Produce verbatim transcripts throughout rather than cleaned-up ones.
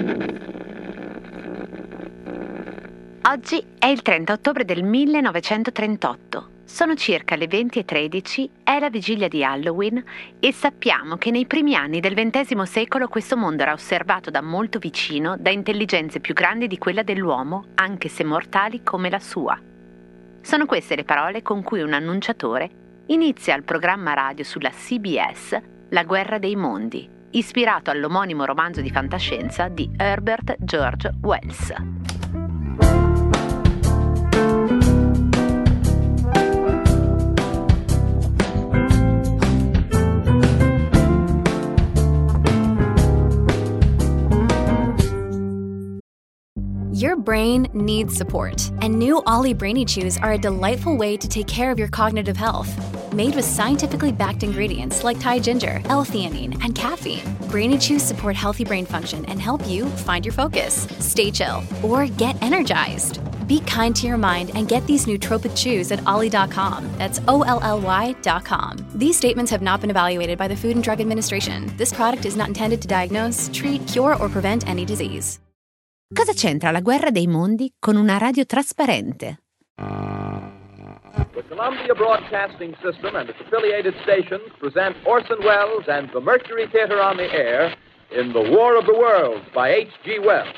Oggi è il trenta ottobre del millenovecentotrentotto. Sono circa le venti e tredici, è la vigilia di Halloween e sappiamo che nei primi anni del ventesimo secolo questo mondo era osservato da molto vicino da intelligenze più grandi di quella dell'uomo, anche se mortali come la sua. Sono queste le parole con cui un annunciatore inizia il programma radio sulla C B S La guerra dei mondi, ispirato all'omonimo romanzo di fantascienza di Herbert George Wells. Your brain needs support, and new Ollie Brainy Chews are a delightful way to take care of your cognitive health. Made with scientifically backed ingredients like Thai ginger, L-theanine, and caffeine, Brainy Chews support healthy brain function and help you find your focus, stay chill, or get energized. Be kind to your mind and get these nootropic chews at ollie dot com. That's O L L Y dot com. These statements have not been evaluated by the Food and Drug Administration. This product is not intended to diagnose, treat, cure, or prevent any disease. Cosa c'entra la guerra dei mondi con una radio trasparente? The Columbia Broadcasting System and its affiliated stations present Orson Welles and the Mercury Theater on the Air in The War of the Worlds by H G Wells.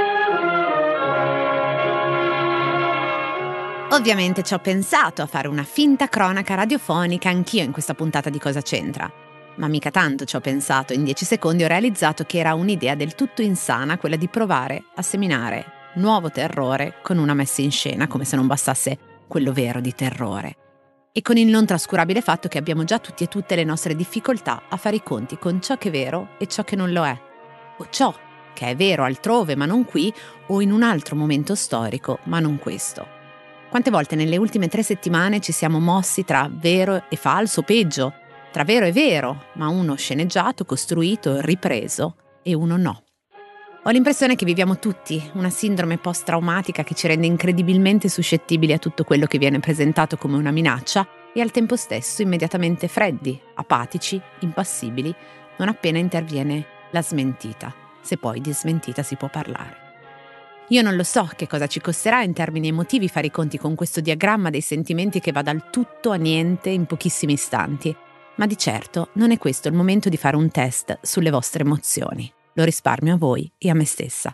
Ovviamente ci ho pensato a fare una finta cronaca radiofonica anch'io in questa puntata di Cosa c'entra. Ma mica tanto ci ho pensato, in dieci secondi ho realizzato che era un'idea del tutto insana quella di provare a seminare nuovo terrore con una messa in scena, come se non bastasse quello vero di terrore. E con il non trascurabile fatto che abbiamo già tutti e tutte le nostre difficoltà a fare i conti con ciò che è vero e ciò che non lo è. O ciò che è vero altrove ma non qui, o in un altro momento storico ma non questo. Quante volte nelle ultime tre settimane ci siamo mossi tra vero e falso, peggio, tra vero e vero, ma uno sceneggiato, costruito, ripreso e uno no. Ho l'impressione che viviamo tutti una sindrome post-traumatica che ci rende incredibilmente suscettibili a tutto quello che viene presentato come una minaccia e al tempo stesso immediatamente freddi, apatici, impassibili, non appena interviene la smentita, se poi di smentita si può parlare. Io non lo so che cosa ci costerà in termini emotivi fare i conti con questo diagramma dei sentimenti che va dal tutto a niente in pochissimi istanti, ma di certo non è questo il momento di fare un test sulle vostre emozioni. Lo risparmio a voi e a me stessa.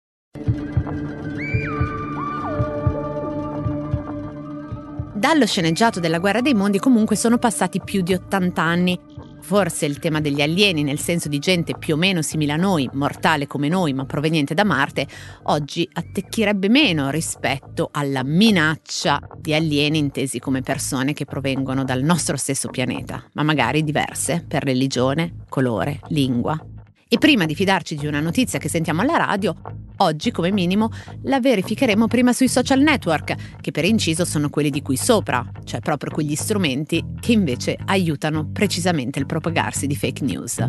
Dallo sceneggiato della Guerra dei Mondi comunque sono passati più di ottanta anni. Forse il tema degli alieni, nel senso di gente più o meno simile a noi, mortale come noi ma proveniente da Marte, oggi attecchirebbe meno rispetto alla minaccia di alieni intesi come persone che provengono dal nostro stesso pianeta, ma magari diverse per religione, colore, lingua. E prima di fidarci di una notizia che sentiamo alla radio, oggi come minimo la verificheremo prima sui social network, che per inciso sono quelli di qui sopra, cioè proprio quegli strumenti che invece aiutano precisamente il propagarsi di fake news.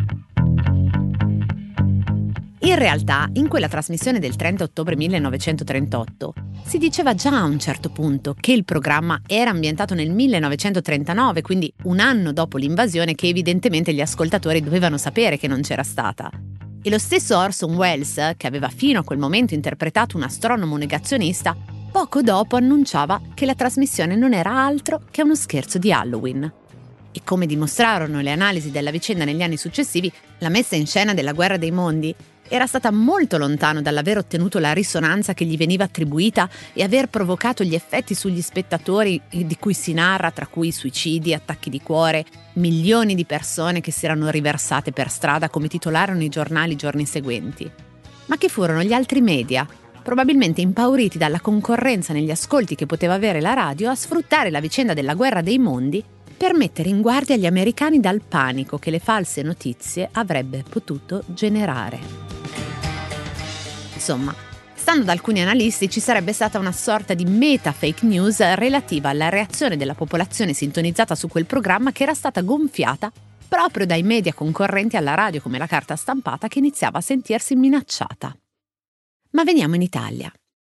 In realtà, in quella trasmissione del trenta ottobre millenovecentotrentotto, si diceva già a un certo punto che il programma era ambientato nel millenovecentotrentanove, quindi un anno dopo l'invasione che evidentemente gli ascoltatori dovevano sapere che non c'era stata. E lo stesso Orson Welles, che aveva fino a quel momento interpretato un astronomo negazionista, poco dopo annunciava che la trasmissione non era altro che uno scherzo di Halloween. E come dimostrarono le analisi della vicenda negli anni successivi, la messa in scena della Guerra dei Mondi era stata molto lontano dall'aver ottenuto la risonanza che gli veniva attribuita e aver provocato gli effetti sugli spettatori di cui si narra, tra cui suicidi, attacchi di cuore, milioni di persone che si erano riversate per strada, come titolarono i giornali i giorni seguenti. Ma che furono gli altri media, probabilmente impauriti dalla concorrenza negli ascolti che poteva avere la radio, a sfruttare la vicenda della Guerra dei Mondi per mettere in guardia gli americani dal panico che le false notizie avrebbe potuto generare. Insomma, stando ad alcuni analisti, ci sarebbe stata una sorta di meta fake news relativa alla reazione della popolazione sintonizzata su quel programma, che era stata gonfiata proprio dai media concorrenti alla radio come la carta stampata, che iniziava a sentirsi minacciata. Ma veniamo in Italia.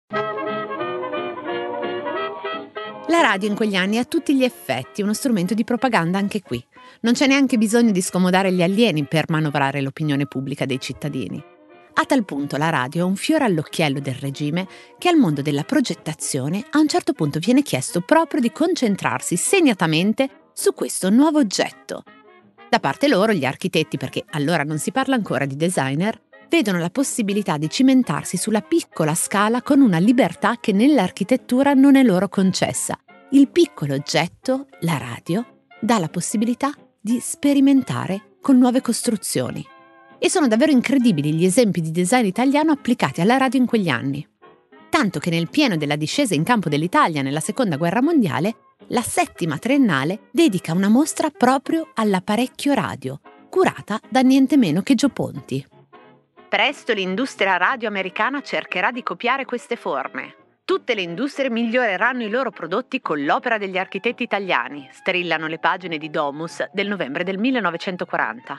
La radio in quegli anni è a tutti gli effetti uno strumento di propaganda anche qui. Non c'è neanche bisogno di scomodare gli alieni per manovrare l'opinione pubblica dei cittadini. A tal punto la radio è un fiore all'occhiello del regime che al mondo della progettazione a un certo punto viene chiesto proprio di concentrarsi segnatamente su questo nuovo oggetto. Da parte loro gli architetti, perché allora non si parla ancora di designer, vedono la possibilità di cimentarsi sulla piccola scala con una libertà che nell'architettura non è loro concessa. Il piccolo oggetto, la radio, dà la possibilità di sperimentare con nuove costruzioni. E sono davvero incredibili gli esempi di design italiano applicati alla radio in quegli anni. Tanto che nel pieno della discesa in campo dell'Italia nella Seconda Guerra Mondiale, la settima triennale dedica una mostra proprio all'apparecchio radio, curata da niente meno che Gio Ponti. Presto l'industria radio americana cercherà di copiare queste forme. Tutte le industrie miglioreranno i loro prodotti con l'opera degli architetti italiani, strillano le pagine di Domus del novembre del millenovecentoquaranta.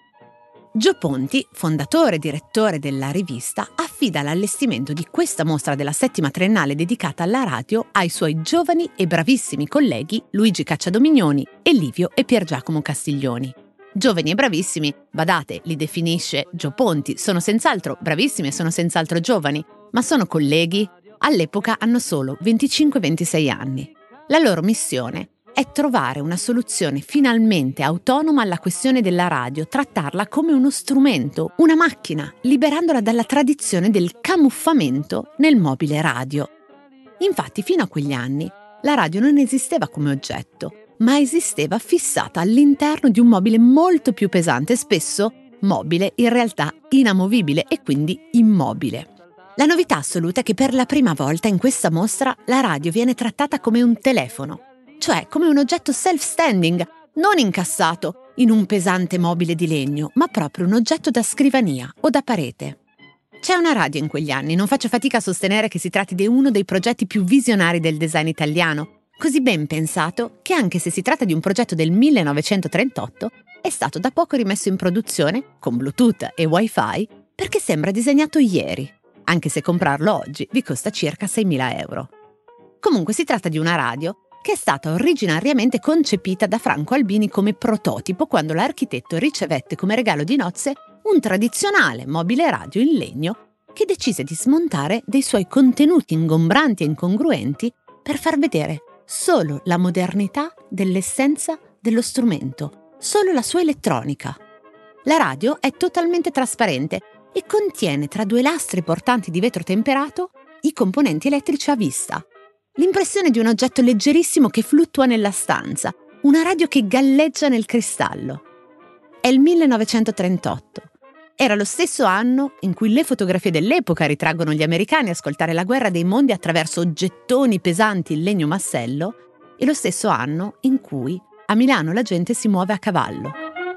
Gio Ponti, fondatore e direttore della rivista, affida l'allestimento di questa mostra della settima triennale dedicata alla radio ai suoi giovani e bravissimi colleghi Luigi Cacciadominioni e Livio e Piergiacomo Castiglioni. Giovani e bravissimi, badate, li definisce Gio Ponti, sono senz'altro bravissimi e sono senz'altro giovani, ma sono colleghi? All'epoca hanno solo venticinque ventisei anni. La loro missione è trovare una soluzione finalmente autonoma alla questione della radio, trattarla come uno strumento, una macchina, liberandola dalla tradizione del camuffamento nel mobile radio. Infatti, fino a quegli anni, la radio non esisteva come oggetto, ma esisteva fissata all'interno di un mobile molto più pesante, spesso mobile, in realtà inamovibile e quindi immobile. La novità assoluta è che per la prima volta in questa mostra la radio viene trattata come un telefono, cioè come un oggetto self-standing, non incassato in un pesante mobile di legno, ma proprio un oggetto da scrivania o da parete. C'è una radio in quegli anni, non faccio fatica a sostenere che si tratti di uno dei progetti più visionari del design italiano, così ben pensato che anche se si tratta di un progetto del millenovecentotrentotto, è stato da poco rimesso in produzione con Bluetooth e Wi-Fi perché sembra disegnato ieri, anche se comprarlo oggi vi costa circa seimila euro. Comunque si tratta di una radio che è stata originariamente concepita da Franco Albini come prototipo quando l'architetto ricevette come regalo di nozze un tradizionale mobile radio in legno che decise di smontare dei suoi contenuti ingombranti e incongruenti per far vedere solo la modernità dell'essenza dello strumento, solo la sua elettronica. La radio è totalmente trasparente e contiene tra due lastre portanti di vetro temperato i componenti elettrici a vista. L'impressione di un oggetto leggerissimo che fluttua nella stanza, una radio che galleggia nel cristallo. È il millenovecentotrentotto. Era lo stesso anno in cui le fotografie dell'epoca ritraggono gli americani ascoltare la guerra dei mondi attraverso gettoni pesanti in legno massello e lo stesso anno in cui a Milano la gente si muove a cavallo.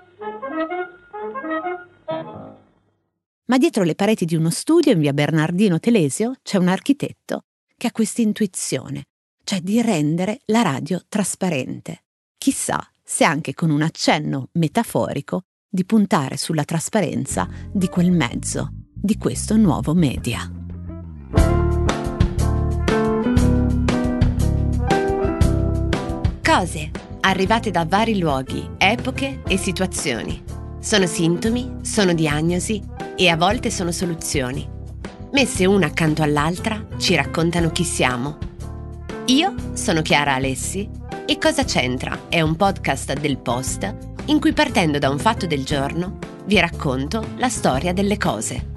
Ma dietro le pareti di uno studio in via Bernardino Telesio c'è un architetto che ha questa intuizione, cioè di rendere la radio trasparente. Chissà se anche con un accenno metaforico di puntare sulla trasparenza di quel mezzo, di questo nuovo media. Cose arrivate da vari luoghi, epoche e situazioni. Sono sintomi, sono diagnosi e a volte sono soluzioni. Messe una accanto all'altra ci raccontano chi siamo. Io sono Chiara Alessi e Cosa c'entra è un podcast del Post in cui partendo da un fatto del giorno vi racconto la storia delle cose.